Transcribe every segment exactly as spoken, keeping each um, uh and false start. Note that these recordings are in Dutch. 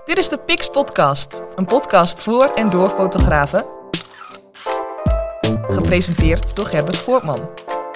Dit is de Pix Podcast, een podcast voor en door fotografen. Gepresenteerd door Gerbert Voortman.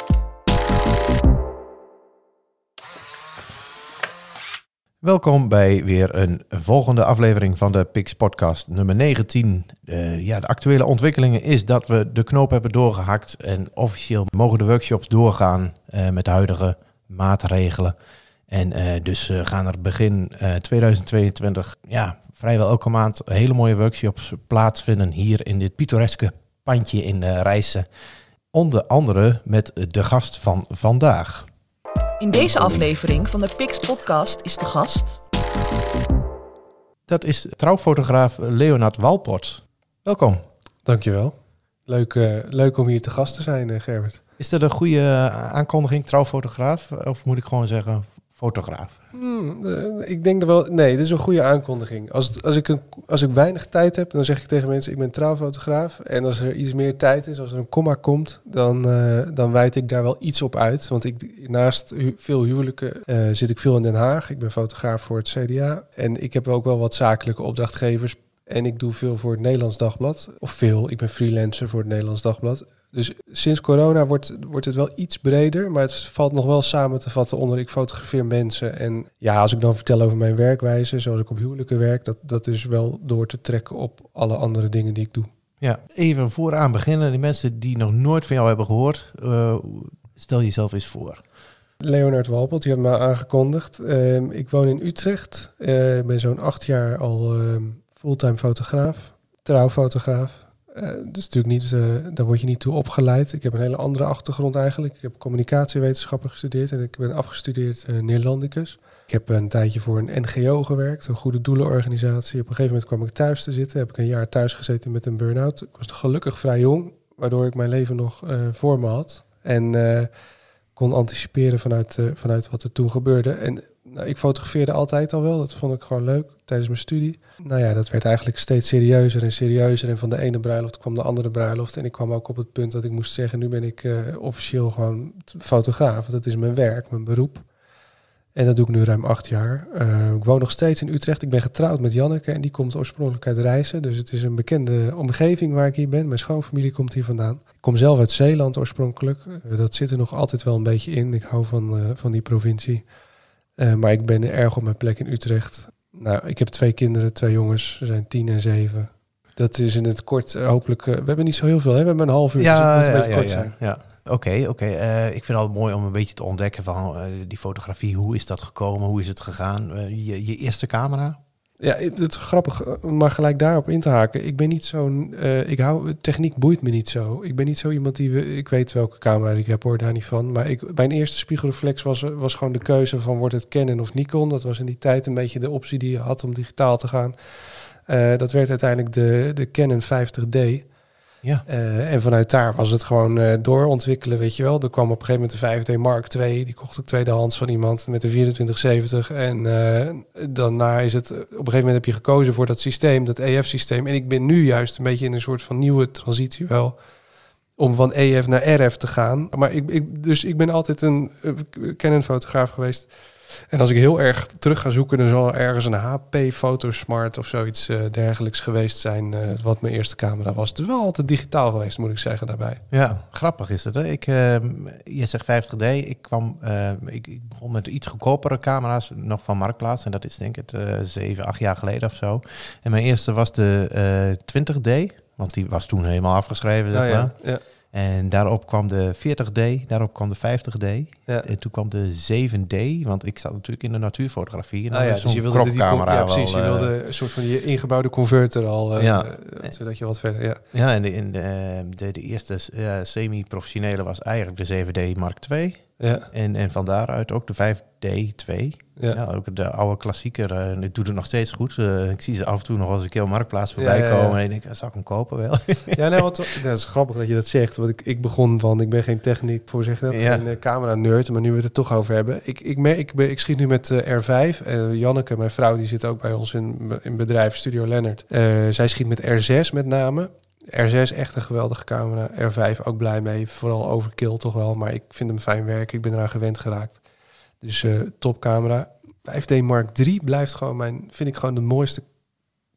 Welkom bij weer een volgende aflevering van de Pix Podcast nummer negentien. Uh, ja, de actuele ontwikkelingen is dat we de knoop hebben doorgehakt en officieel mogen de workshops doorgaan uh, met de huidige maatregelen. En uh, dus uh, gaan er begin uh, tweeduizend tweeëntwintig ja, vrijwel elke maand hele mooie workshops plaatsvinden hier in dit pittoreske pandje in uh, Rijssen. Onder andere met de gast van vandaag. In deze aflevering van de Pix Podcast is de gast... Dat is trouwfotograaf Leonard Walport. Welkom. Dankjewel. Leuk, uh, leuk om hier te gast te zijn, uh, Gerbert. Is dat een goede aankondiging, trouwfotograaf? Of moet ik gewoon zeggen fotograaf? Hmm, uh, ik denk dat wel... Nee, dit is een goede aankondiging. Als, het, als, ik een, als ik weinig tijd heb, dan zeg ik tegen mensen... ik ben trouwfotograaf. En als er iets meer tijd is, als er een komma komt... dan, uh, dan wijd ik daar wel iets op uit. Want ik, naast hu- veel huwelijken uh, zit ik veel in Den Haag. Ik ben fotograaf voor het C D A. En ik heb ook wel wat zakelijke opdrachtgevers... En ik doe veel voor het Nederlands Dagblad. Of veel, ik ben freelancer voor het Nederlands Dagblad. Dus sinds corona wordt, wordt het wel iets breder. Maar het valt nog wel samen te vatten onder ik fotografeer mensen. En ja, als ik dan vertel over mijn werkwijze, zoals ik op huwelijken werk... dat, dat is wel door te trekken op alle andere dingen die ik doe. Ja, even vooraan beginnen. Die mensen die nog nooit van jou hebben gehoord, uh, stel jezelf eens voor. Leonard Walport, je hebt me aangekondigd. Uh, ik woon in Utrecht. Uh, ik ben zo'n acht jaar al... Uh, fulltime fotograaf, trouwfotograaf. Uh, dus natuurlijk niet, uh, daar word je niet toe opgeleid. Ik heb een hele andere achtergrond eigenlijk. Ik heb communicatiewetenschappen gestudeerd en ik ben afgestudeerd uh, Neerlandicus. Ik heb een tijdje voor een N G O gewerkt, een goede doelenorganisatie. Op een gegeven moment kwam ik thuis te zitten. Heb ik een jaar thuis gezeten met een burn-out. Ik was gelukkig vrij jong, waardoor ik mijn leven nog uh, voor me had. En uh, kon anticiperen vanuit, uh, vanuit wat er toen gebeurde. En nou, ik fotografeerde altijd al wel. Dat vond ik gewoon leuk tijdens mijn studie. Nou ja, dat werd eigenlijk steeds serieuzer en serieuzer. En van de ene bruiloft kwam de andere bruiloft. En ik kwam ook op het punt dat ik moest zeggen... nu ben ik uh, officieel gewoon fotograaf. Dat is mijn werk, mijn beroep. En dat doe ik nu ruim acht jaar. Uh, ik woon nog steeds in Utrecht. Ik ben getrouwd met Janneke en die komt oorspronkelijk uit Rijssen. Dus het is een bekende omgeving waar ik hier ben. Mijn schoonfamilie komt hier vandaan. Ik kom zelf uit Zeeland oorspronkelijk. Uh, dat zit er nog altijd wel een beetje in. Ik hou van, uh, van die provincie. Uh, maar ik ben erg op mijn plek in Utrecht. Nou, ik heb twee kinderen, twee jongens. Ze zijn tien en zeven. Dat is in het kort uh, hopelijk... Uh, we hebben niet zo heel veel, hè? We hebben een half uur, ja, dus het moet ja, een beetje ja, kort ja, zijn. Ja. Oké, okay, oké. Okay. Uh, ik vind het altijd mooi om een beetje te ontdekken van uh, die fotografie. Hoe is dat gekomen? Hoe is het gegaan? Uh, je, je eerste camera? Ja, het is grappig, maar gelijk daarop in te haken. Ik ben niet zo'n... Uh, ik hou... Techniek boeit me niet zo. Ik ben niet zo iemand die... Ik weet welke camera ik heb, hoor, daar niet van. Maar ik, mijn eerste spiegelreflex was, was gewoon de keuze van... wordt het Canon of Nikon? Dat was in die tijd een beetje de optie die je had om digitaal te gaan. Uh, dat werd uiteindelijk de, de Canon vijftig D. Ja. Uh, en vanuit daar was het gewoon uh, doorontwikkelen, weet je wel. Er kwam op een gegeven moment de vijf D Mark twee. Die kocht ik tweedehands van iemand met de vierentwintig zeventig. En uh, daarna is het... Op een gegeven moment heb je gekozen voor dat systeem, dat E F-systeem. En ik ben nu juist een beetje in een soort van nieuwe transitie wel... om van E F naar R F te gaan. Maar ik, ik, dus ik ben altijd een uh, Canon-fotograaf geweest... En als ik heel erg terug ga zoeken, dan zal er ergens een H P Photosmart of zoiets uh, dergelijks geweest zijn, uh, wat mijn eerste camera was. Het is wel altijd digitaal geweest, moet ik zeggen, daarbij. Ja, grappig is het. Hè? Ik, uh, je zegt vijftig D. Ik, kwam, uh, ik, ik begon met iets goedkopere camera's, nog van Marktplaats. En dat is denk ik uh, zeven, acht jaar geleden of zo. En mijn eerste was de uh, twintig D, want die was toen helemaal afgeschreven. Zeg maar. Oh, ja, ja. En daarop kwam de veertig D, daarop kwam de vijftig D. Ja. En toen kwam de zeven D, want ik zat natuurlijk in de natuurfotografie. En ah, ja, dus je wilde die camera. Ja, precies. Wel, je wilde een soort van je ingebouwde converter al, uh, ja. uh, zodat je wat verder... Ja, ja en de, in de, de, de eerste uh, semi-professionele was eigenlijk de zeven D Mark twee. Ja. En, en van daaruit ook de vijf D twee. Ja. Ja, ook de oude klassieker. Uh, ik doe het nog steeds goed. Uh, ik zie ze af en toe nog wel eens een keer op Marktplaats voorbij ja, ja, ja. komen. En ik denk, zal ik hem kopen wel? Ja, nee, wat, dat is grappig dat je dat zegt. Want ik, ik begon van, ik ben geen techniek, voor zeg je dat, ja. geen uh, camera-nerd. Maar nu we het er toch over hebben. Ik, ik, ik, ik, ben, ik schiet nu met uh, R vijf. Uh, Janneke, mijn vrouw, die zit ook bij ons in, in bedrijf Studio Lennart. Uh, zij schiet met R zes met name. R zes echt een geweldige camera. R vijf ook blij mee. Vooral overkill toch wel. Maar ik vind hem fijn werken. Ik ben eraan gewend geraakt. Dus uh, topcamera. vijf D Mark drie blijft gewoon mijn, vind ik gewoon de mooiste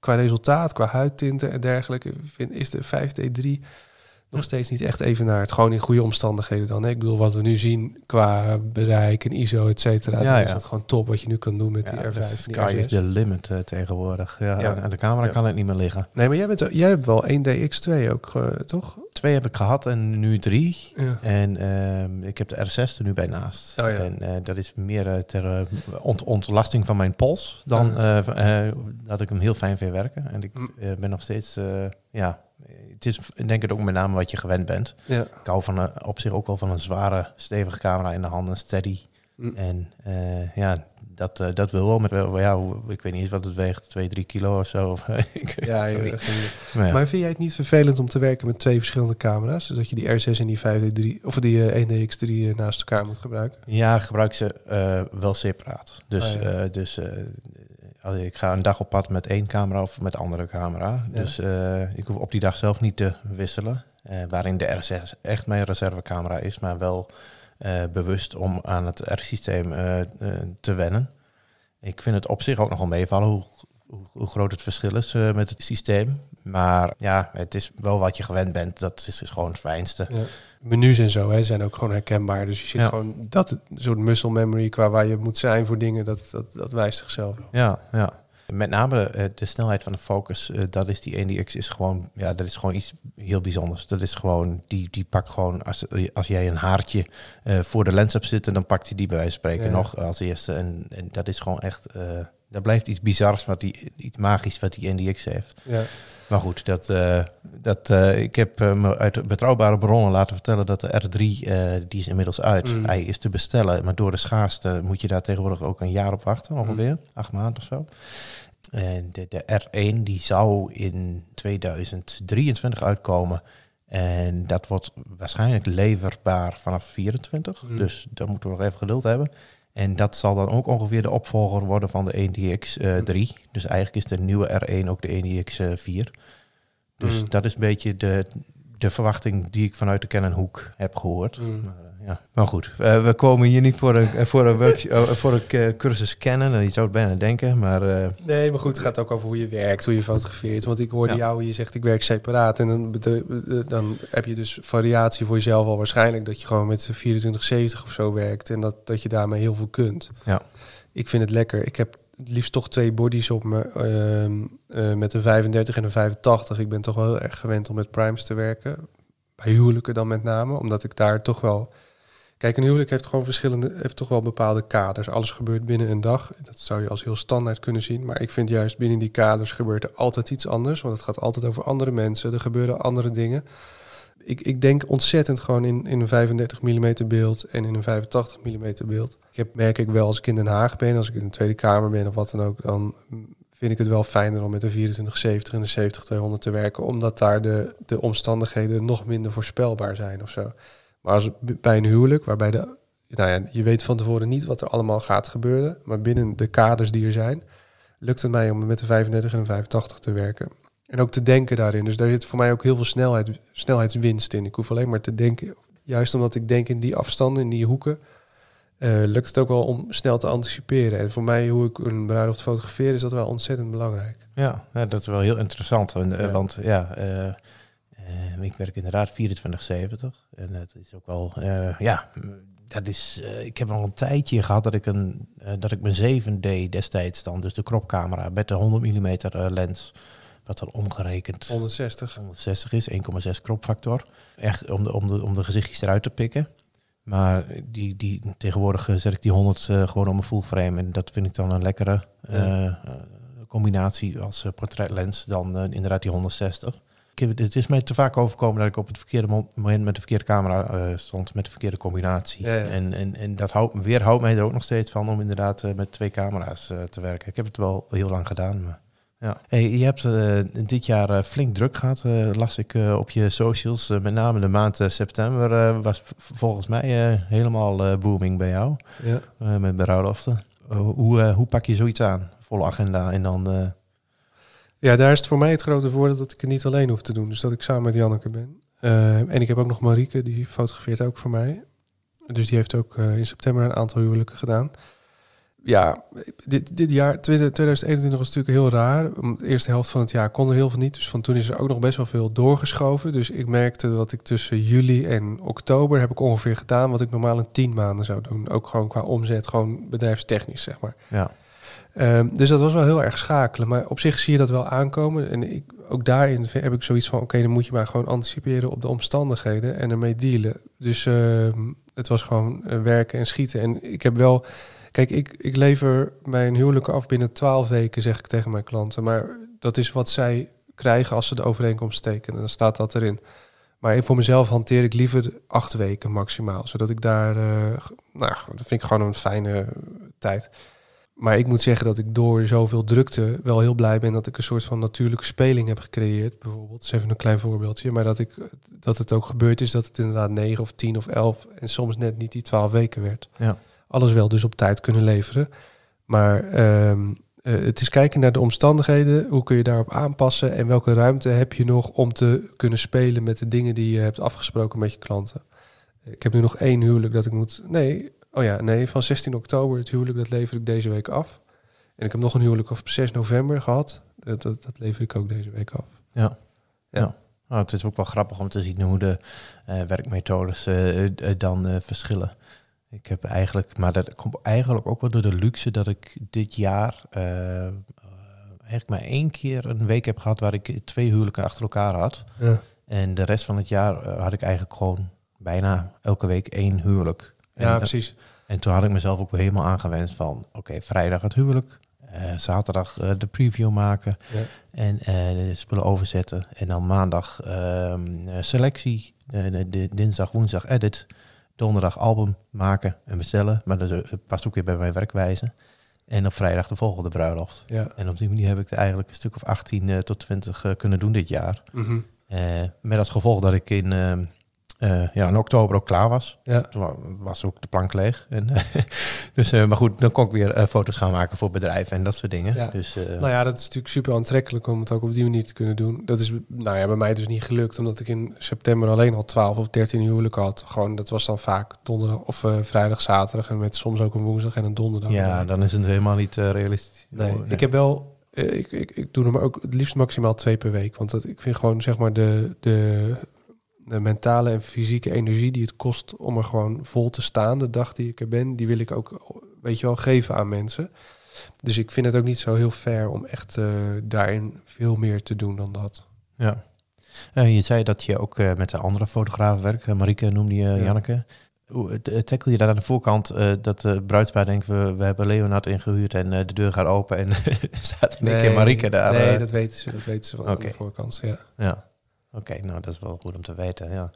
qua resultaat, qua huidtinten en dergelijke, vind, is de vijf D drie nog steeds niet echt even naar het. Gewoon in goede omstandigheden dan. Hè? Ik bedoel, wat we nu zien qua bereik en I S O, et cetera. Ja, dan ja. is dat gewoon top wat je nu kan doen met Ja, die R vijf. dus en die sky R is zes. the limit uh, tegenwoordig. Ja, Ja. Aan de camera Ja. kan het niet meer liggen. Nee, maar jij, bent, jij hebt wel één D X twee ook, uh, toch? Twee heb ik gehad en nu drie. Ja. En uh, ik heb de R zes er nu bij naast. Oh ja. En uh, dat is meer uh, ter uh, ont- ontlasting van mijn pols dan uh, uh, dat ik hem heel fijn vind werken. En ik uh, ben nog steeds, uh, ja, het is denk ik ook met name wat je gewend bent. Ja. Ik hou van een, op zich ook wel van een zware, stevige camera in de handen, steady. Mm. En uh, ja, dat, uh, dat wil wel. Met, ja, ik weet niet eens wat het weegt, twee, drie kilo of zo. Of, Ja, je, maar, ja. maar vind jij het niet vervelend om te werken met twee verschillende camera's? Dus dat je die R zes en die vijf D drie of die uh, één D X drie uh, naast elkaar moet gebruiken? Ja, gebruik ze uh, wel separaat. Dus, Ah, ja. uh, dus uh, als ik ga een dag op pad met één camera of met andere camera. Ja. Dus uh, ik hoef op die dag zelf niet te wisselen. Uh, waarin de R zes echt mijn reservecamera is, maar wel uh, bewust om aan het R-systeem uh, uh, te wennen. Ik vind het op zich ook nogal meevallen hoe, hoe, hoe groot het verschil is uh, met het systeem. Maar ja, het is wel wat je gewend bent. Dat is, is gewoon het fijnste. Ja. Menus en zo hè, zijn ook gewoon herkenbaar. Dus je zit Ja. gewoon dat soort muscle memory qua waar je moet zijn voor dingen, dat, dat, dat wijst zichzelf wel. Ja, ja. Met name uh, de snelheid van de focus, uh, dat is die één D X is gewoon, ja, dat is gewoon iets heel bijzonders. Dat is gewoon, die, die pakt gewoon, als, als jij een haartje uh, voor de lens hebt zitten, dan pakt hij die bij wijze van spreken Ja. nog als eerste. En, en dat is gewoon echt, uh, dat blijft iets bizars, wat die, iets magisch wat die één D X heeft. Ja. Maar goed, dat, uh, dat, uh, ik heb uh, me uit betrouwbare bronnen laten vertellen dat de R drie, uh, die is inmiddels uit. Mm. Hij is te bestellen, maar door de schaarste moet je daar tegenwoordig ook een jaar op wachten, ongeveer. Mm. Acht maanden of zo. En de, de R één, die zou in tweeduizend drieëntwintig uitkomen. En dat wordt waarschijnlijk leverbaar vanaf vierentwintig. Mm. Dus daar moeten we nog even geduld hebben. En dat zal dan ook ongeveer de opvolger worden van de één D X drie. Uh, dus eigenlijk is de nieuwe R één ook de één D X vier. Dus mm. dat is een beetje de, de verwachting die ik vanuit de Canon-hoek heb gehoord. Mm. Maar, uh, ja. maar goed, uh, we komen hier niet voor een, voor een, workshop, uh, voor een cursus Canon. Je zou het bijna denken, maar... Uh, nee, maar goed, het gaat ook over hoe je werkt, hoe je fotografeert. Want ik hoorde ja. jou, je zegt ik werk separaat. En dan, dan heb je dus variatie voor jezelf al waarschijnlijk dat je gewoon met vierentwintig zeventig of zo werkt. En dat, dat je daarmee heel veel kunt. Ja. Ik vind het lekker. Ik heb het liefst toch twee bodies op me. Uh, uh, met een vijfendertig en een vijfentachtig. Ik ben toch wel heel erg gewend om met primes te werken. Bij huwelijken dan met name. Omdat ik daar toch wel... Kijk, een huwelijk heeft gewoon verschillende... heeft toch wel bepaalde kaders. Alles gebeurt binnen een dag. Dat zou je als heel standaard kunnen zien. Maar ik vind juist binnen die kaders gebeurt er altijd iets anders. Want het gaat altijd over andere mensen. Er gebeuren andere dingen. Ik, ik denk ontzettend gewoon in, in een vijfendertig millimeter beeld en in een vijfentachtig millimeter beeld. Ik heb, merk ik wel als ik in Den Haag ben, als ik in de Tweede Kamer ben of wat dan ook, dan vind ik het wel fijner om met een vierentwintig zeventig en een zeventig tweehonderd te werken, omdat daar de, de omstandigheden nog minder voorspelbaar zijn of zo. Maar als bij een huwelijk, waarbij de, nou ja, je weet van tevoren niet wat er allemaal gaat gebeuren, maar binnen de kaders die er zijn, lukt het mij om met een vijfendertig en een vijfentachtig te werken. En ook te denken daarin. Dus daar zit voor mij ook heel veel snelheid, snelheidswinst in. Ik hoef alleen maar te denken. Juist omdat ik denk in die afstanden, in die hoeken, uh, lukt het ook wel om snel te anticiperen. En voor mij, hoe ik een bruiloft fotografeer, is dat wel ontzettend belangrijk. Ja, ja dat is wel heel interessant. En, ja. Want ja, uh, uh, ik werk inderdaad vierentwintig zeventig. En het is ook wel, uh, ja, dat is. Uh, ik heb al een tijdje gehad dat ik een, uh, dat ik mijn zeven D destijds dan, dus de cropcamera met de honderd millimeter uh, lens. Wat dan omgerekend honderdzestig. honderdzestig is, één komma zes cropfactor. Echt om de, om, de, om de gezichtjes eruit te pikken. Maar die, die, tegenwoordig zet ik die honderd uh, gewoon op mijn fullframe. En dat vind ik dan een lekkere uh, ja. uh, combinatie als uh, portretlens dan uh, inderdaad die honderdzestig. Ik heb, het is mij te vaak overkomen dat ik op het verkeerde moment met de verkeerde camera uh, stond, met de verkeerde combinatie. Ja, ja. En, en, en dat houdt, weer houdt mij er ook nog steeds van om inderdaad uh, met twee camera's uh, te werken. Ik heb het wel heel lang gedaan, maar... Ja. Hey, je hebt uh, dit jaar uh, flink druk gehad, uh, las ik uh, op je socials. Uh, met name de maand uh, september uh, was v- volgens mij uh, helemaal uh, booming bij jou. Ja. Uh, met bruiloften. Uh, hoe, uh, hoe pak je zoiets aan? Volle agenda en dan... Uh... Ja, daar is het voor mij het grote voordeel dat ik het niet alleen hoef te doen. Dus dat ik samen met Janneke ben. Uh, en ik heb ook nog Marieke, die fotografeert ook voor mij. Dus die heeft ook uh, in september een aantal huwelijken gedaan. ja, dit, dit jaar, twintig eenentwintig was natuurlijk heel raar. De eerste helft van het jaar kon er heel veel niet. Dus van toen is er ook nog best wel veel doorgeschoven. Dus ik merkte dat ik tussen juli en oktober heb ik ongeveer gedaan wat ik normaal in tien maanden zou doen. Ook gewoon qua omzet, gewoon bedrijfstechnisch, zeg maar. Ja. Um, dus dat was wel heel erg schakelen. Maar op zich zie je dat wel aankomen. En ik, ook daarin heb ik zoiets van, oké, okay, dan moet je maar gewoon anticiperen op de omstandigheden en ermee dealen. Dus uh, het was gewoon uh, werken en schieten. En ik heb wel... Kijk, ik, ik lever mijn huwelijken af binnen twaalf weken, zeg ik tegen mijn klanten. Maar dat is wat zij krijgen als ze de overeenkomst tekenen. Dan staat dat erin. Maar voor mezelf hanteer ik liever acht weken maximaal. Zodat ik daar... Uh, nou, dat vind ik gewoon een fijne tijd. Maar ik moet zeggen dat ik door zoveel drukte wel heel blij ben dat ik een soort van natuurlijke speling heb gecreëerd. Bijvoorbeeld, dat is even een klein voorbeeldje. Maar dat, ik, dat het ook gebeurd is dat het inderdaad negen of tien of elf en soms net niet die twaalf weken werd. Ja. Alles wel dus op tijd kunnen leveren. Maar um, uh, het is kijken naar de omstandigheden. Hoe kun je daarop aanpassen? En welke ruimte heb je nog om te kunnen spelen met de dingen die je hebt afgesproken met je klanten? Ik heb nu nog één huwelijk dat ik moet... Nee, oh ja, nee, van zestien oktober het huwelijk, dat lever ik deze week af. En ik heb nog een huwelijk op zes november gehad. Dat, dat, dat lever ik ook deze week af. Ja, ja. ja. Nou, het is ook wel grappig om te zien hoe de uh, werkmethodes uh, uh, dan uh, verschillen. Ik heb eigenlijk, maar dat komt eigenlijk ook wel door de luxe dat ik dit jaar uh, uh, eigenlijk maar één keer een week heb gehad waar ik twee huwelijken achter elkaar had. Ja. En de rest van het jaar uh, had ik eigenlijk gewoon bijna elke week één huwelijk. Ja, en, precies. Uh, en toen had ik mezelf ook helemaal aangewend van, oké, okay, vrijdag het huwelijk, uh, zaterdag uh, de preview maken ja. en uh, de spullen overzetten. En dan maandag uh, selectie, de, de, de dinsdag, woensdag edit. Donderdag album maken en bestellen. Maar dat uh, past ook weer bij mijn werkwijze. En op vrijdag de volgende bruiloft. Ja. En op die manier heb ik er eigenlijk een stuk of achttien uh, tot twintig uh, kunnen doen dit jaar. Mm-hmm. Uh, met als gevolg dat ik in, uh, uh, ja, in oktober ook klaar was. Ja. Toen was ook de plank leeg. En, uh, dus, uh, maar goed, dan kon ik weer uh, foto's gaan maken voor bedrijven en dat soort dingen. Ja. Dus, uh, nou ja, dat is natuurlijk super aantrekkelijk om het ook op die manier te kunnen doen. Dat is nou ja, bij mij dus niet gelukt, omdat ik in september alleen al twaalf of dertien huwelijken had. Gewoon, dat was dan vaak donderdag of uh, vrijdag, zaterdag en met soms ook een woensdag en een donderdag. Ja, dan is het helemaal niet uh, realistisch. Nee, oh, nee, ik heb wel, uh, ik, ik, ik doe er maar ook het liefst maximaal twee per week. Want dat, ik vind gewoon, zeg maar, de... de de mentale en fysieke energie die het kost om er gewoon vol te staan de dag die ik er ben, die wil ik ook, weet je wel, geven aan mensen. Dus ik vind het ook niet zo heel fair om echt uh, daarin veel meer te doen dan dat. Ja. Uh, je zei dat je ook uh, met de andere fotografen werkt. Uh, Marieke noemde je, uh, ja. Janneke. Hoe uh, tackle je daar aan de voorkant uh, dat de bruidspaar denkt, we, we hebben Leonard ingehuurd en uh, de deur gaat open en staat in één keer Marieke daar. Nee, uh, dat weten ze. Dat weten ze van okay. de voorkant, ja. Ja. Oké, okay, nou dat is wel goed om te weten, ja.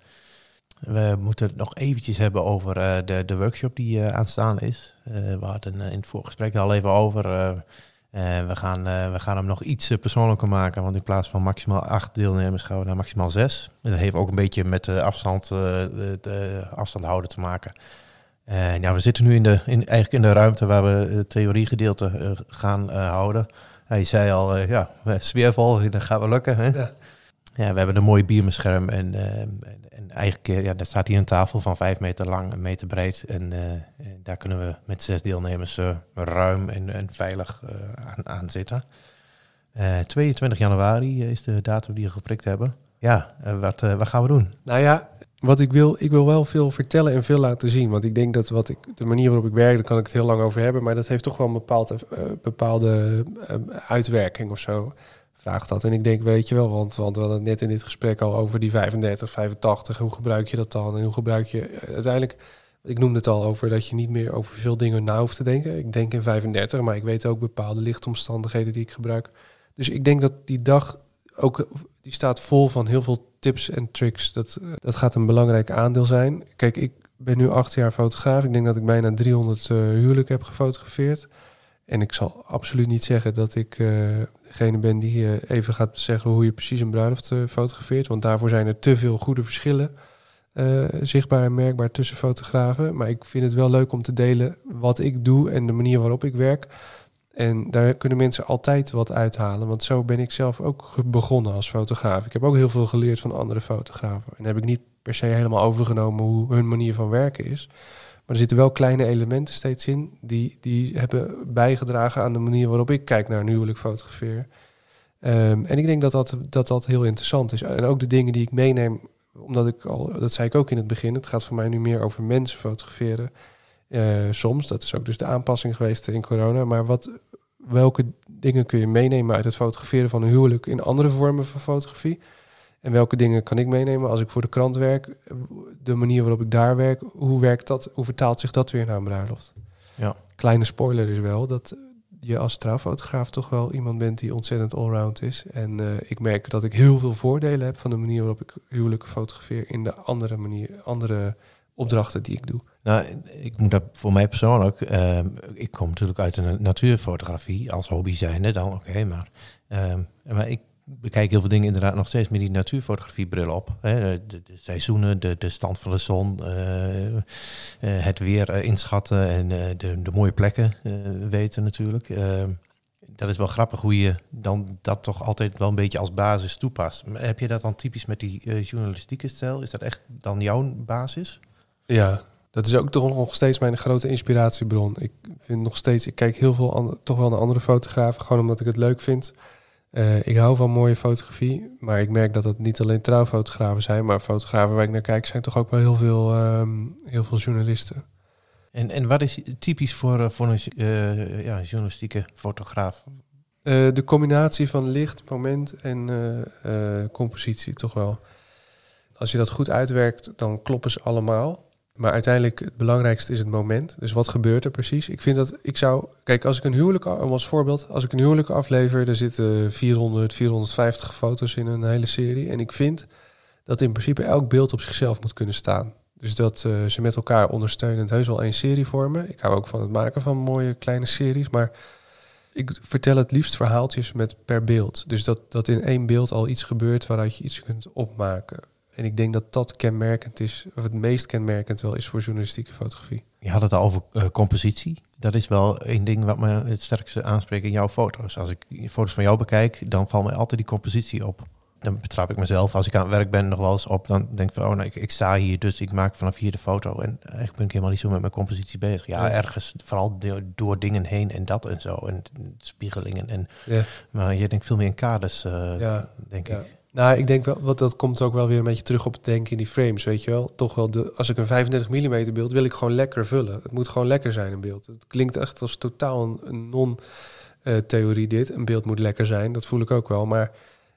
We moeten het nog eventjes hebben over uh, de, de workshop die uh, aanstaande is. Uh, we hadden uh, in het voorgesprek al even over. Uh, uh, we, gaan, uh, we gaan hem nog iets uh, persoonlijker maken, want in plaats van maximaal acht deelnemers gaan we naar maximaal zes. Dat heeft ook een beetje met de afstand, uh, de, de afstand houden te maken. Uh, nou, we zitten nu in de, in, eigenlijk in de ruimte waar we het theoriegedeelte uh, gaan uh, houden. Hij zei al, uh, ja, sfeervol, dat gaat wel lukken, hè? Ja. Ja, we hebben een mooi biermescherm en, uh, en, en eigenlijk ja, daar staat hier een tafel van vijf meter lang, een meter breed. En, uh, en daar kunnen we met zes deelnemers uh, ruim en, en veilig uh, aan, aan zitten. Uh, tweeëntwintig januari is de datum die we geprikt hebben. Ja, uh, wat, uh, wat gaan we doen? Nou ja, wat ik wil, ik wil wel veel vertellen en veel laten zien. Want ik denk dat wat ik, de manier waarop ik werk, daar kan ik het heel lang over hebben. Maar dat heeft toch wel een bepaald, uh, bepaalde uh, uitwerking of zo. Vraagt dat. En ik denk, weet je wel, want, want we hadden het net in dit gesprek al over die vijfendertig, vijfentachtig. Hoe gebruik je dat dan? En hoe gebruik je uiteindelijk... Ik noemde het al over dat je niet meer over veel dingen na hoeft te denken. Ik denk in vijfendertig, maar ik weet ook bepaalde lichtomstandigheden die ik gebruik. Dus ik denk dat die dag ook, die staat vol van heel veel tips en tricks. Dat, dat gaat een belangrijk aandeel zijn. Kijk, ik ben nu acht jaar fotograaf. Ik denk dat ik bijna driehonderd uh, huwelijken heb gefotografeerd. En ik zal absoluut niet zeggen dat ik uh, degene ben die uh, even gaat zeggen hoe je precies een bruiloft uh, fotografeert. Want daarvoor zijn er te veel goede verschillen uh, zichtbaar en merkbaar tussen fotografen. Maar ik vind het wel leuk om te delen wat ik doe en de manier waarop ik werk. En daar kunnen mensen altijd wat uithalen. Want zo ben ik zelf ook begonnen als fotograaf. Ik heb ook heel veel geleerd van andere fotografen. En heb ik niet per se helemaal overgenomen hoe hun manier van werken is. er zitten wel kleine elementen steeds in die, die hebben bijgedragen aan de manier waarop ik kijk naar een huwelijk fotograferen. Um, en ik denk dat dat, dat dat heel interessant is. En ook de dingen die ik meeneem, omdat ik al, dat zei ik ook in het begin, het gaat voor mij nu meer over mensen fotograferen. Uh, soms, dat is ook dus de aanpassing geweest in corona. Maar wat, welke dingen kun je meenemen uit het fotograferen van een huwelijk in andere vormen van fotografie? En welke dingen kan ik meenemen als ik voor de krant werk? De manier waarop ik daar werk, hoe werkt dat? Hoe vertaalt zich dat weer naar een bruiloft? Ja. Kleine spoiler is wel dat je als trouwfotograaf toch wel iemand bent die ontzettend allround is. En uh, ik merk dat ik heel veel voordelen heb van de manier waarop ik huwelijken fotografeer in de andere manier, andere opdrachten die ik doe. Nou, ik moet dat voor mij persoonlijk, uh, ik kom natuurlijk uit de natuurfotografie als hobby zijnde dan, oké, okay, maar, uh, maar ik bekijk heel veel dingen inderdaad nog steeds met die natuurfotografiebril op. Hè. De, de seizoenen, de, de stand van de zon, uh, uh, het weer uh, inschatten en uh, de, de mooie plekken uh, weten natuurlijk. Uh, dat is wel grappig hoe je dan dat toch altijd wel een beetje als basis toepast. Maar heb je dat dan typisch met die uh, journalistieke stijl? Is dat echt dan jouw basis? Ja, dat is ook toch nog steeds mijn grote inspiratiebron. Ik vind nog steeds, ik kijk heel veel an- toch wel naar andere fotografen, gewoon omdat ik het leuk vind. Uh, ik hou van mooie fotografie, maar ik merk dat het niet alleen trouwfotografen zijn, maar fotografen waar ik naar kijk zijn toch ook wel heel veel, um, heel veel journalisten. En, en wat is typisch voor, uh, voor een uh, ja, journalistieke fotograaf? Uh, de combinatie van licht, moment en uh, uh, compositie toch wel. Als je dat goed uitwerkt, dan kloppen ze allemaal. Maar uiteindelijk het belangrijkste is het moment. Dus wat gebeurt er precies? Ik vind dat ik zou... Kijk, als ik een huwelijk... Als voorbeeld, als ik een huwelijk aflever, er zitten vierhonderd, vierhonderdvijftig foto's in een hele serie. En ik vind dat in principe elk beeld op zichzelf moet kunnen staan. Dus dat uh, ze met elkaar ondersteunend heus wel één serie vormen. Ik hou ook van het maken van mooie kleine series. Maar ik vertel het liefst verhaaltjes met per beeld. Dus dat, dat in één beeld al iets gebeurt waaruit je iets kunt opmaken. En ik denk dat dat kenmerkend is, of het meest kenmerkend wel is voor journalistieke fotografie. Je had het al over uh, compositie. Dat is wel één ding wat me het sterkste aanspreekt in jouw foto's. Als ik foto's van jou bekijk, dan valt mij altijd die compositie op. Dan betrap ik mezelf, als ik aan het werk ben, nog wel eens op. Dan denk ik van, oh nou, ik, ik sta hier, dus ik maak vanaf hier de foto. En eigenlijk ben ik helemaal niet zo met mijn compositie bezig. Ja, ja. ergens, vooral door, door dingen heen en dat en zo. En spiegelingen. En, ja. Maar je denkt veel meer in kaders, uh, ja. denk ja. ik. Nou, ik denk wel, wat dat komt ook wel weer een beetje terug op het denken in die frames, weet je wel. Toch wel, de, als ik een vijfendertig millimeter beeld, wil ik gewoon lekker vullen. Het moet gewoon lekker zijn, een beeld. Het klinkt echt als totaal een, een non-theorie dit. Een beeld moet lekker zijn, dat voel ik ook wel. Maar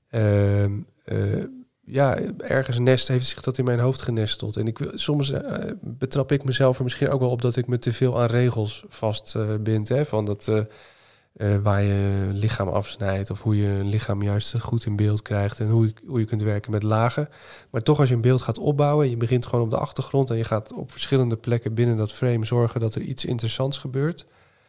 uh, uh, ja, ergens nest heeft zich dat in mijn hoofd genesteld. En ik wil, soms uh, betrap ik mezelf er misschien ook wel op dat ik me te veel aan regels vastbind. Uh, hè, van dat... Uh, Uh, waar je een lichaam afsnijdt of hoe je een lichaam juist goed in beeld krijgt en hoe je, hoe je kunt werken met lagen. Maar toch als je een beeld gaat opbouwen, je begint gewoon op de achtergrond en je gaat op verschillende plekken binnen dat frame zorgen dat er iets interessants gebeurt.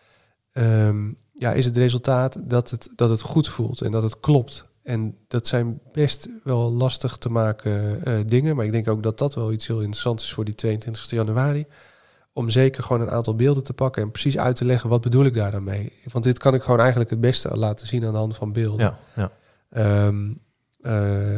Um, ja, is het resultaat dat het, dat het goed voelt en dat het klopt. En dat zijn best wel lastig te maken uh, dingen, maar ik denk ook dat dat wel iets heel interessants is voor die tweeëntwintigste januari. Om zeker gewoon een aantal beelden te pakken en precies uit te leggen wat bedoel ik daar dan mee. Want dit kan ik gewoon eigenlijk het beste laten zien aan de hand van beelden. Ja, ja. Um, uh,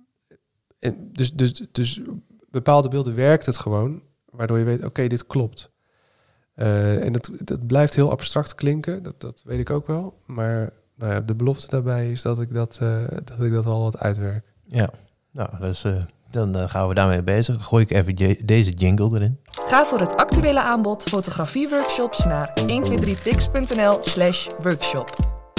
en dus, dus, dus bepaalde beelden werkt het gewoon, waardoor je weet, oké, okay, dit klopt. Uh, en dat, dat blijft heel abstract klinken, dat, dat weet ik ook wel. Maar nou ja, de belofte daarbij is dat ik dat, uh, dat ik dat wel wat uitwerk. Ja, nou, dus... Uh... Dan uh, gaan we daarmee bezig. Gooi ik even j- deze jingle erin. Ga voor het actuele aanbod fotografieworkshops naar honderdtweeëntwintig pix punt n l slash workshop.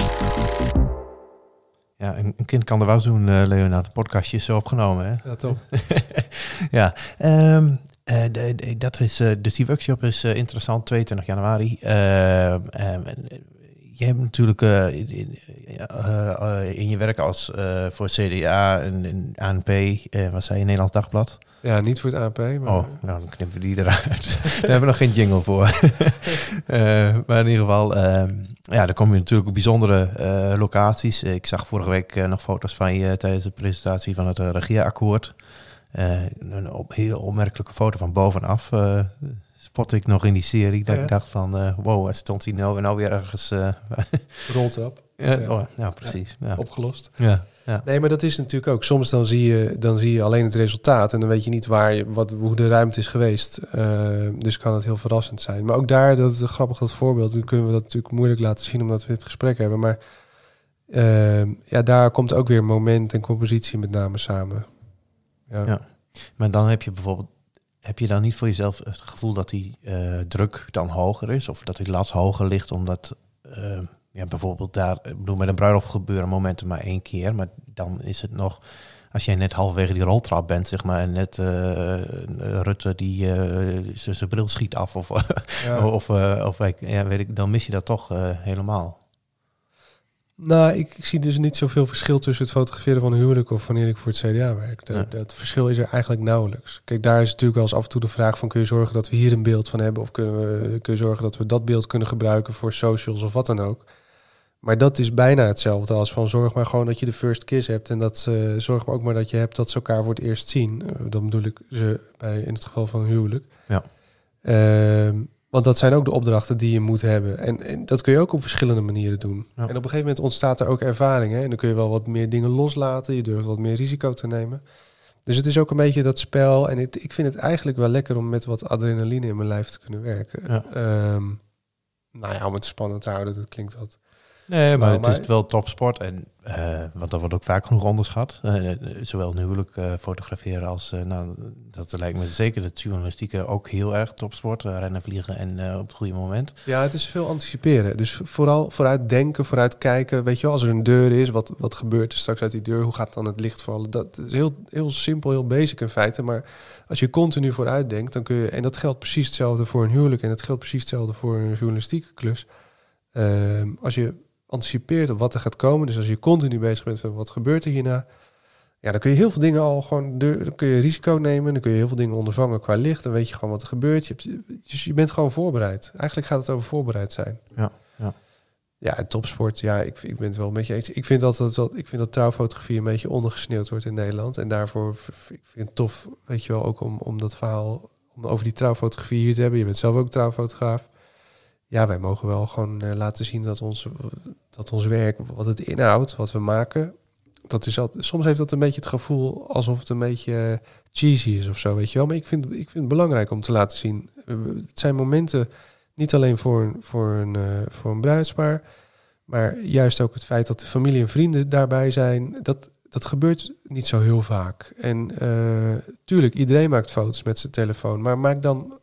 Ja, een, een kind kan er wel doen, uh, Leonard. Het podcastje is zo opgenomen, hè? Ja, toch? ja, um, uh, de, de, dat is, uh, dus die workshop is uh, interessant, tweeëntwintig januari. Uh, um, je hebt natuurlijk uh, in, uh, uh, in je werk als uh, voor C D A en, en A N P, uh, wat zei je, Nederlands Dagblad? Ja, niet voor het A N P. Maar... Oh, nou dan knippen we die eruit. Daar hebben we nog geen jingle voor. uh, maar in ieder geval, uh, ja, dan kom je natuurlijk op bijzondere uh, locaties. Ik zag vorige week uh, nog foto's van je tijdens de presentatie van het uh, regeerakkoord. Uh, een op, heel opmerkelijke foto van bovenaf. Uh, spot ik nog in die serie. Dat ja. ik dacht van, uh, wow, wat stond hij nou, nou weer ergens... Uh, roltrap. Ja, ja. oh, ja precies. Ja. opgelost. Ja, ja. Nee, maar dat is natuurlijk ook. Soms dan zie je, dan zie je alleen het resultaat en dan weet je niet waar je, wat, hoe de ruimte is geweest. Uh, dus kan het heel verrassend zijn. Maar ook daar, dat is een grappig dat voorbeeld. Dan kunnen we dat natuurlijk moeilijk laten zien omdat we dit gesprek hebben. Maar uh, ja, daar komt ook weer moment en compositie met name samen. Ja. Ja. Maar dan heb je bijvoorbeeld, heb je dan niet voor jezelf het gevoel dat die uh, druk dan hoger is? Of dat die lat hoger ligt omdat... Uh, Ja, bijvoorbeeld daar, ik bedoel, met een bruiloft gebeuren momenten maar één keer. Maar dan is het nog, als jij net halverwege die roltrap bent, zeg maar, en net uh, Rutte die uh, zijn bril schiet af of, ja. of, uh, of ja, weet ik, dan mis je dat toch uh, helemaal. Nou, ik, ik zie dus niet zoveel verschil tussen het fotograferen van een huwelijk of wanneer ik voor het C D A werk. Dat, ja. dat verschil is er eigenlijk nauwelijks. Kijk, daar is natuurlijk wel eens af en toe de vraag van, kun je zorgen dat we hier een beeld van hebben of kunnen we, kun je zorgen dat we dat beeld kunnen gebruiken voor socials of wat dan ook. Maar dat is bijna hetzelfde als van zorg maar gewoon dat je de first kiss hebt. En dat uh, zorg maar ook maar dat je hebt dat ze elkaar voor het eerst zien. Uh, dat bedoel ik ze bij in het geval van een huwelijk. Ja. Uh, want dat zijn ook de opdrachten die je moet hebben. En, en dat kun je ook op verschillende manieren doen. Ja. En op een gegeven moment ontstaat er ook ervaring. Hè? En dan kun je wel wat meer dingen loslaten. Je durft wat meer risico te nemen. Dus het is ook een beetje dat spel. En het, ik vind het eigenlijk wel lekker om met wat adrenaline in mijn lijf te kunnen werken. Ja. Um, nou ja, om het spannend te houden, dat klinkt wat... Nee, maar nou, het is wel topsport. En, uh, want dat wordt ook vaak genoeg onderschat. Uh, zowel huwelijk uh, fotograferen als... Uh, nou, dat lijkt me zeker het journalistieke ook heel erg topsport. Uh, rennen, vliegen en uh, op het goede moment. Ja, het is veel anticiperen. Dus vooral vooruit denken, vooruit kijken. Weet je wel, als er een deur is, wat, wat gebeurt er straks uit die deur? Hoe gaat dan het licht vallen? Dat is heel, heel simpel, heel basic in feite. Maar als je continu vooruit denkt, dan kun je... En dat geldt precies hetzelfde voor een huwelijk. En dat geldt precies hetzelfde voor een journalistieke klus. Uh, als je... anticipeert op wat er gaat komen. Dus als je continu bezig bent met wat gebeurt er hierna, ja, dan kun je heel veel dingen al gewoon, dan kun je risico nemen, dan kun je heel veel dingen ondervangen qua licht, dan weet je gewoon wat er gebeurt. Je hebt, dus je bent gewoon voorbereid. Eigenlijk gaat het over voorbereid zijn. Ja, ja. Ja, en topsport, ja, ik, ik ben het wel een beetje eens. Ik vind dat, dat, dat, ik vind dat trouwfotografie een beetje ondergesneeuwd wordt in Nederland. En daarvoor, ik vind het tof, weet je wel, ook om, om dat verhaal, om over die trouwfotografie hier te hebben. Je bent zelf ook trouwfotograaf. Ja, wij mogen wel gewoon uh, laten zien dat ons, dat ons werk, wat het inhoudt, wat we maken, dat is altijd, soms heeft dat een beetje het gevoel alsof het een beetje uh, cheesy is of zo, weet je wel. Maar ik vind, ik vind het belangrijk om te laten zien. Uh, het zijn momenten niet alleen voor een, voor een, uh, voor een bruidspaar, maar juist ook het feit dat de familie en vrienden daarbij zijn, dat, dat gebeurt niet zo heel vaak. En uh, tuurlijk, iedereen maakt foto's met zijn telefoon, maar maak dan...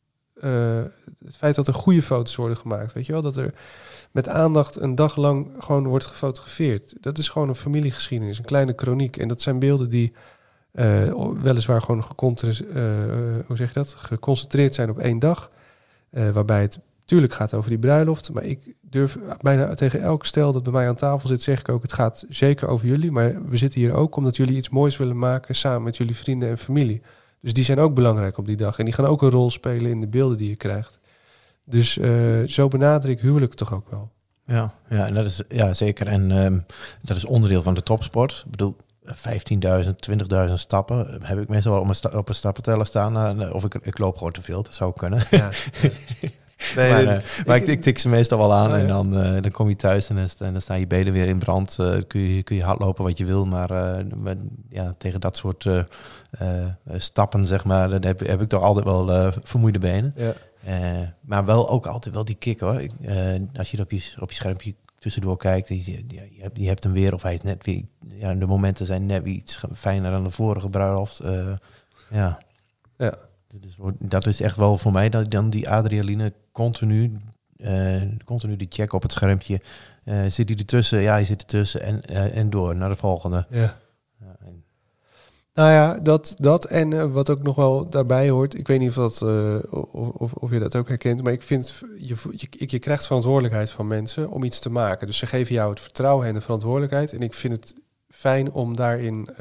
Uh, het feit dat er goede foto's worden gemaakt, weet je wel, dat er met aandacht een dag lang gewoon wordt gefotografeerd. Dat is gewoon een familiegeschiedenis, een kleine kroniek. En dat zijn beelden die uh, weliswaar gewoon gecontre- uh, hoe zeg je dat? geconcentreerd zijn op één dag. Uh, waarbij het natuurlijk gaat over die bruiloft. Maar ik durf bijna tegen elk stel dat bij mij aan tafel zit, zeg ik ook, het gaat zeker over jullie. Maar we zitten hier ook omdat jullie iets moois willen maken samen met jullie vrienden en familie. Dus die zijn ook belangrijk op die dag. En die gaan ook een rol spelen in de beelden die je krijgt. Dus uh, zo benader ik huwelijk toch ook wel. Ja, ja, en dat is ja, zeker. En um, dat is onderdeel van de topsport. Ik bedoel, vijftienduizend, twintigduizend stappen heb ik meestal wel op een, sta- op een stappenteller staan. Uh, of ik, ik loop gewoon te veel, dat zou kunnen. Ja, ja. Nee, maar, uh, ik, maar ik, ik tik ze meestal wel aan. Oh, ja. En dan, uh, dan kom je thuis en dan, en dan staan je benen weer in brand. Uh, kun, je, kun je hardlopen wat je wil. Maar uh, met, ja, tegen dat soort uh, uh, stappen, zeg maar, dan heb, heb ik toch altijd wel uh, vermoeide benen. Ja. Uh, maar wel ook altijd wel die kick, hoor. Ik, uh, als je op je, op je schermpje tussendoor kijkt, je, je, je, hebt, je hebt hem weer, of hij is net weer... Ja, de momenten zijn net weer iets fijner dan de vorige bruiloft. Uh, ja. Ja. Dat is, dat is echt wel voor mij dat dan die adrenaline continu, uh, continu die check op het schermpje. Uh, zit hij ertussen? Ja, hij zit ertussen en, uh, en door naar de volgende. Ja. Ja, en... Nou ja, dat, dat en uh, wat ook nog wel daarbij hoort. Ik weet niet of, dat, uh, of, of, of je dat ook herkent, maar ik vind, je, je, je krijgt verantwoordelijkheid van mensen om iets te maken. Dus ze geven jou het vertrouwen en de verantwoordelijkheid. En ik vind het fijn om daarin...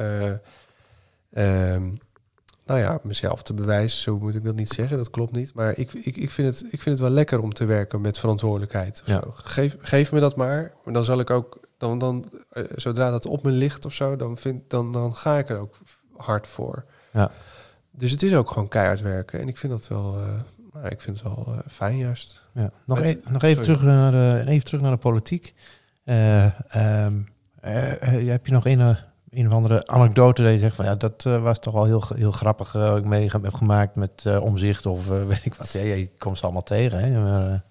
Uh, um, nou ja, mezelf te bewijzen, zo moet ik dat niet zeggen, dat klopt niet. Maar ik, ik, ik, vind, het, ik vind het wel lekker om te werken met verantwoordelijkheid. Of ja. zo. Geef, geef me dat maar, maar dan zal ik ook, dan, dan, uh, zodra dat op me ligt of zo, dan, vind, dan, dan ga ik er ook hard voor. Ja. Dus het is ook gewoon keihard werken. En ik vind dat wel, uh, nou, ik vind het wel uh, fijn juist. Ja. Nog, e- nog even, terug naar de, even terug naar de politiek. Uh, um, uh, uh, heb je nog een, uh, een of andere anekdote dat je zegt van ja, dat uh, was toch wel heel, heel grappig uh, wat ik mee heb gemaakt met uh, omzicht of uh, weet ik wat. Ja, je komt ze allemaal tegen, hè? Maar, uh...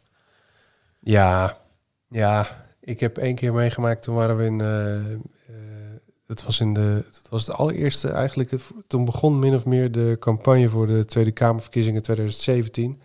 Ja, ja. Ik heb één keer meegemaakt, toen waren we in... Uh, uh, het was in de... Het was de allereerste eigenlijk... Het, toen begon min of meer de campagne voor de Tweede Kamerverkiezingen twintig zeventien.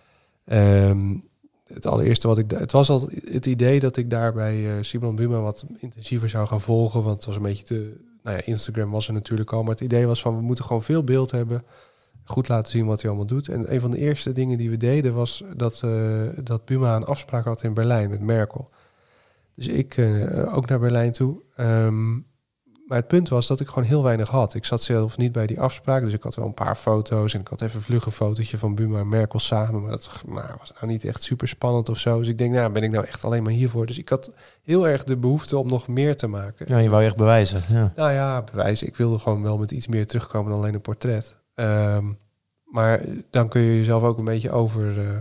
Um, het allereerste wat ik... Het was al het idee dat ik daar bij uh, Simon Buma wat intensiever zou gaan volgen. Want het was een beetje te... Nou ja, Instagram was er natuurlijk al. Maar het idee was van, we moeten gewoon veel beeld hebben. Goed laten zien wat hij allemaal doet. En een van de eerste dingen die we deden was dat, uh, dat Buma een afspraak had in Berlijn met Merkel. Dus ik uh, ook naar Berlijn toe. Um, maar het punt was dat ik gewoon heel weinig had. Ik zat zelf niet bij die afspraak, dus ik had wel een paar foto's. En ik had even vlug een fotootje van Buma en Merkel samen. Maar dat nou, was nou niet echt super spannend of zo. Dus ik denk, nou, ben ik nou echt alleen maar hiervoor? Dus ik had heel erg de behoefte om nog meer te maken. Ja, je wou echt bewijzen. Ja. Nou ja, bewijzen. Ik wilde gewoon wel met iets meer terugkomen dan alleen een portret. Um, maar dan kun je jezelf ook een beetje over uh,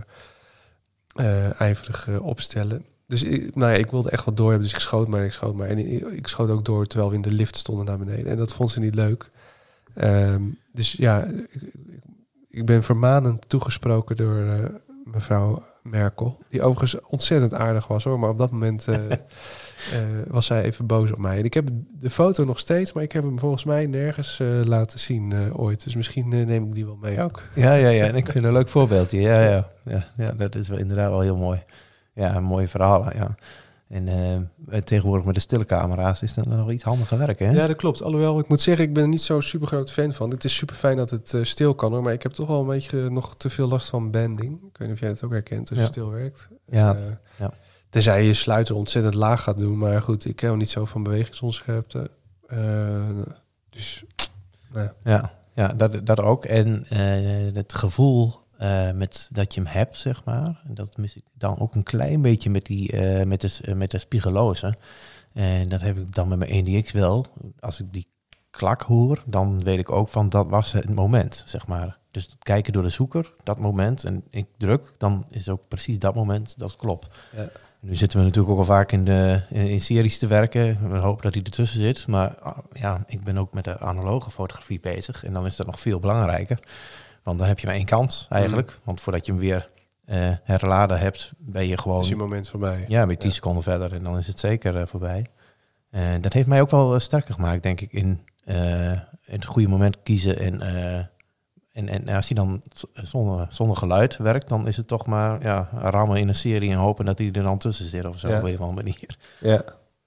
uh, ijverig uh, opstellen. Dus ik, nou ja, ik wilde echt wat door hebben, dus ik schoot maar en ik schoot maar. En ik, ik schoot ook door terwijl we in de lift stonden naar beneden. En dat vond ze niet leuk. Um, dus ja, ik, ik ben vermanend toegesproken door uh, mevrouw Merkel. Die overigens ontzettend aardig was hoor. Maar op dat moment uh, uh, was zij even boos op mij. En ik heb de foto nog steeds, maar ik heb hem volgens mij nergens uh, laten zien uh, ooit. Dus misschien uh, neem ik die wel mee ook. Ja, ja, ja. En ik vind het een leuk voorbeeldje. Ja, ja. Ja, ja, dat is wel inderdaad wel heel mooi. Ja, een mooie verhalen, ja. En uh, tegenwoordig met de stille camera's is dat nog iets handiger werken, hè? Ja, dat klopt. Alhoewel, ik moet zeggen, ik ben er niet zo'n super groot fan van. Het is super fijn dat het uh, stil kan, hoor. Maar ik heb toch wel een beetje uh, nog te veel last van banding. Ik weet niet of jij het ook herkent als ja. je stil werkt. Ja, uh, ja. Tenzij je sluiter ontzettend laag gaat doen. Maar goed, ik hou niet zo van bewegingsonscherpte. Uh, dus, nou. Ja, ja dat, dat ook. En uh, het gevoel... Uh, met dat je hem hebt, zeg maar. En dat mis ik dan ook een klein beetje met, die, uh, met, de, uh, met de spiegeloze. En dat heb ik dan met mijn één D X wel. Als ik die klak hoor, dan weet ik ook van dat was het moment, zeg maar. Dus het kijken door de zoeker, dat moment. En ik druk, dan is ook precies dat moment, dat klopt. Ja. Nu zitten we natuurlijk ook al vaak in, de, in, in series te werken. We hopen dat hij ertussen zit. Maar uh, ja, ik ben ook met de analoge fotografie bezig. En dan is dat nog veel belangrijker. Want dan heb je maar één kans eigenlijk. Mm. Want voordat je hem weer uh, herladen hebt, ben je gewoon... Is je moment voorbij. Ja, ben je tien ja. seconden verder en dan is het zeker uh, voorbij. Uh, dat heeft mij ook wel uh, sterker gemaakt, denk ik, in, uh, in het goede moment kiezen. En, uh, en, en als hij dan zonder, zonder geluid werkt, dan is het toch maar ja, rammen in een serie en hopen dat hij er dan tussen zit of zo ja. op een of andere manier. Ja.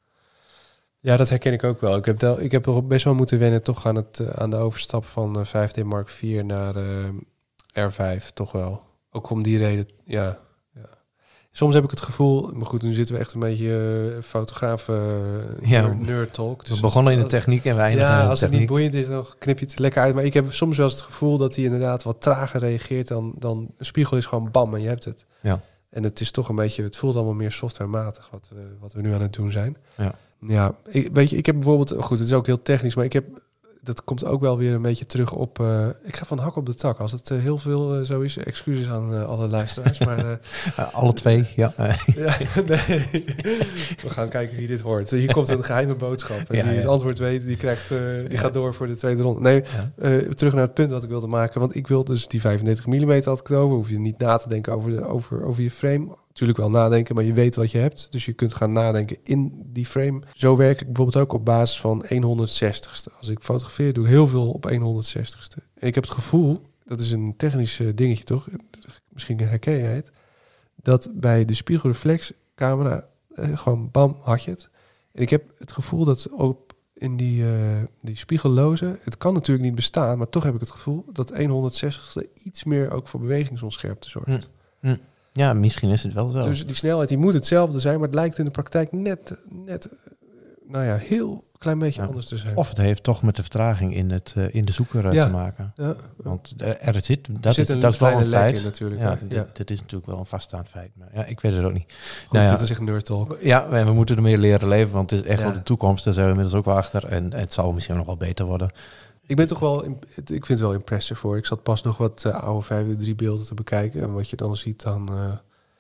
Ja, dat herken ik ook wel. Ik heb, del, ik heb er best wel moeten wennen toch aan, het, uh, aan de overstap van uh, vijf D Mark vier naar uh, R vijf, toch wel. Ook om die reden, ja, ja. Soms heb ik het gevoel, maar goed, nu zitten we echt een beetje uh, fotograaf uh, ja, nerd, nerd talk. Dus we begonnen in de techniek en weinig ja, in de als techniek. Het niet boeiend is, dan knip je het lekker uit. Maar ik heb soms wel eens het gevoel dat hij inderdaad wat trager reageert dan, dan een spiegel is gewoon bam en je hebt het. Ja. En het is toch een beetje, het voelt allemaal meer softwarematig wat we, wat we nu aan het doen zijn. Ja. Ja, ik, weet je, ik heb bijvoorbeeld... Goed, het is ook heel technisch, maar ik heb... Dat komt ook wel weer een beetje terug op... Uh, ik ga van hak op de tak. Als het uh, heel veel uh, zo is, excuses aan uh, alle luisteraars. Maar, uh, uh, alle twee, ja. ja nee. We gaan kijken wie dit hoort. Hier komt een geheime boodschap. En ja, die ja. het antwoord weet, die, krijgt, uh, die ja. gaat door voor de tweede ronde. Nee, ja. uh, terug naar het punt wat ik wilde maken. Want ik wil dus die vijfendertig millimeter had ik het over. Hoef je niet na te denken over, de, over, over je frame... Natuurlijk wel nadenken, maar je weet wat je hebt. Dus je kunt gaan nadenken in die frame. Zo werk ik bijvoorbeeld ook op basis van honderdzestigste. Als ik fotografeer, doe ik heel veel op honderdzestigste. En ik heb het gevoel, dat is een technisch dingetje toch? Misschien herken je het. Dat bij de spiegelreflexcamera eh, gewoon bam, had je het. En ik heb het gevoel dat ook in die, uh, die spiegelloze... Het kan natuurlijk niet bestaan, maar toch heb ik het gevoel... dat honderdzestigste iets meer ook voor bewegingsonscherpte zorgt. Hm. Hm. Ja, misschien is het wel zo. Dus die snelheid die moet hetzelfde zijn, maar het lijkt in de praktijk net, net nou ja, heel klein beetje ja. anders te zijn. Of het heeft toch met de vertraging in, het, uh, in de zoeker uh, ja. te maken. Ja. Want er, er zit, dat, zit is, dat is wel een feit. In, natuurlijk. Ja, Ja, dit, ja. dit is natuurlijk wel een vaststaand feit. Maar ja, ik weet het ook niet. Goed, nou ja, dit is echt nerd talk. Ja, en we moeten er meer leren leven, want het is echt ja. wel de toekomst. Daar zijn we inmiddels ook wel achter. En het zal misschien nog wel beter worden. Ik ben toch wel, ik vind het wel impressive voor. Ik zat pas nog wat uh, oude vijf drie beelden te bekijken. En wat je dan ziet dan... Uh,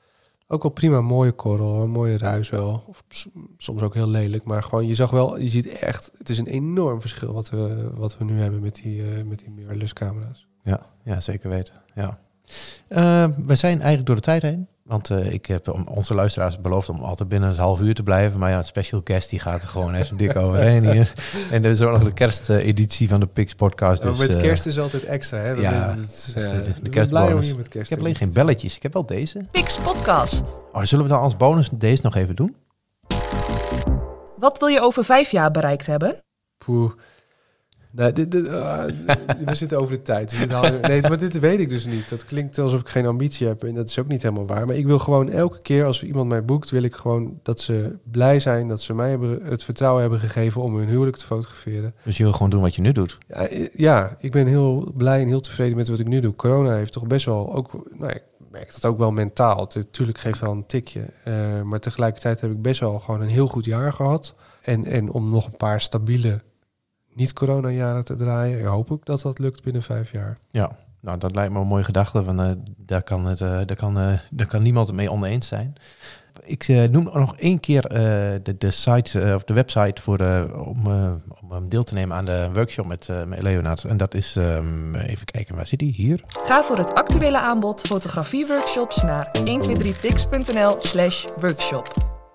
Ook wel prima, mooie korrel, een mooie ruis wel. Of s- soms ook heel lelijk, maar gewoon je zag wel, je ziet echt, het is een enorm verschil wat we, wat we nu hebben met die, uh, met die mirrorless camera's. Ja, ja, zeker weten. Ja. Uh, we zijn eigenlijk door de tijd heen. Want uh, ik heb om onze luisteraars beloofd om altijd binnen een half uur te blijven. Maar ja, het special guest die gaat er gewoon even dik overheen hier. En er is ook nog de kersteditie van de Pix podcast. Dus, oh, met kerst uh, is altijd extra, hè? Dat ja, is, uh, uh, de kerstbonus. Met kerst ik heb alleen geen belletjes. Ik heb wel deze. Pix podcast. Oh, zullen we dan als bonus deze nog even doen? Wat wil je over vijf jaar bereikt hebben? Poeh. Nee, dit, dit, uh, we zitten over de tijd. Dus dit halen, nee, maar dit weet ik dus niet. Dat klinkt alsof ik geen ambitie heb. En dat is ook niet helemaal waar. Maar ik wil gewoon elke keer als iemand mij boekt, wil ik gewoon dat ze blij zijn. Dat ze mij hebben, het vertrouwen hebben gegeven om hun huwelijk te fotograferen. Dus je wil gewoon doen wat je nu dout? Ja, ja, ik ben heel blij en heel tevreden met wat ik nu doe. Corona heeft toch best wel ook... Nou, ik merk dat ook wel mentaal. Natuurlijk geeft wel een tikje. Uh, maar tegelijkertijd heb ik best wel gewoon een heel goed jaar gehad. En, en om nog een paar stabiele... niet-corona-jaren te draaien. Ik hoop ook dat dat lukt binnen vijf jaar. Ja, nou dat lijkt me een mooie gedachte. Want uh, daar, kan het, uh, daar, kan, uh, daar kan niemand het mee oneens zijn. Ik uh, noem nog één keer uh, de, de site uh, of de website voor uh, om, uh, om um, deel te nemen aan de workshop met, uh, met Leonard. En dat is um, even kijken, waar zit die? Hier. Ga voor het actuele aanbod fotografie-workshops naar honderdtweeëntwintig pix.nl slash workshop.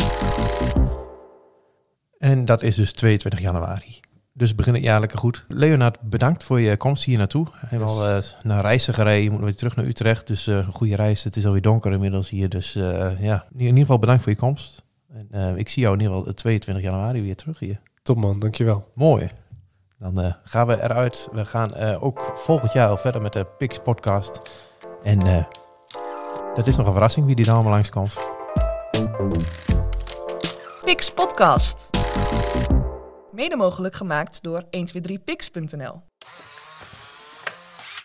En dat is dus tweeëntwintig januari. Dus begin het jaarlijke goed. Leonard, bedankt voor je komst hier naartoe. We hebben al uh, naar reizen gereden. Je moet weer terug naar Utrecht. Dus uh, een goede reis. Het is alweer donker inmiddels hier. Dus uh, ja, in ieder geval bedankt voor je komst. En, uh, ik zie jou in ieder geval tweeëntwintig januari weer terug hier. Top man, dankjewel. Mooi. Dan uh, gaan we eruit. We gaan uh, ook volgend jaar al verder met de Pix podcast. En uh, dat is nog een verrassing wie die dan allemaal langskomt. Pix podcast. Mede mogelijk gemaakt door honderdtweeëntwintig pix punt n l.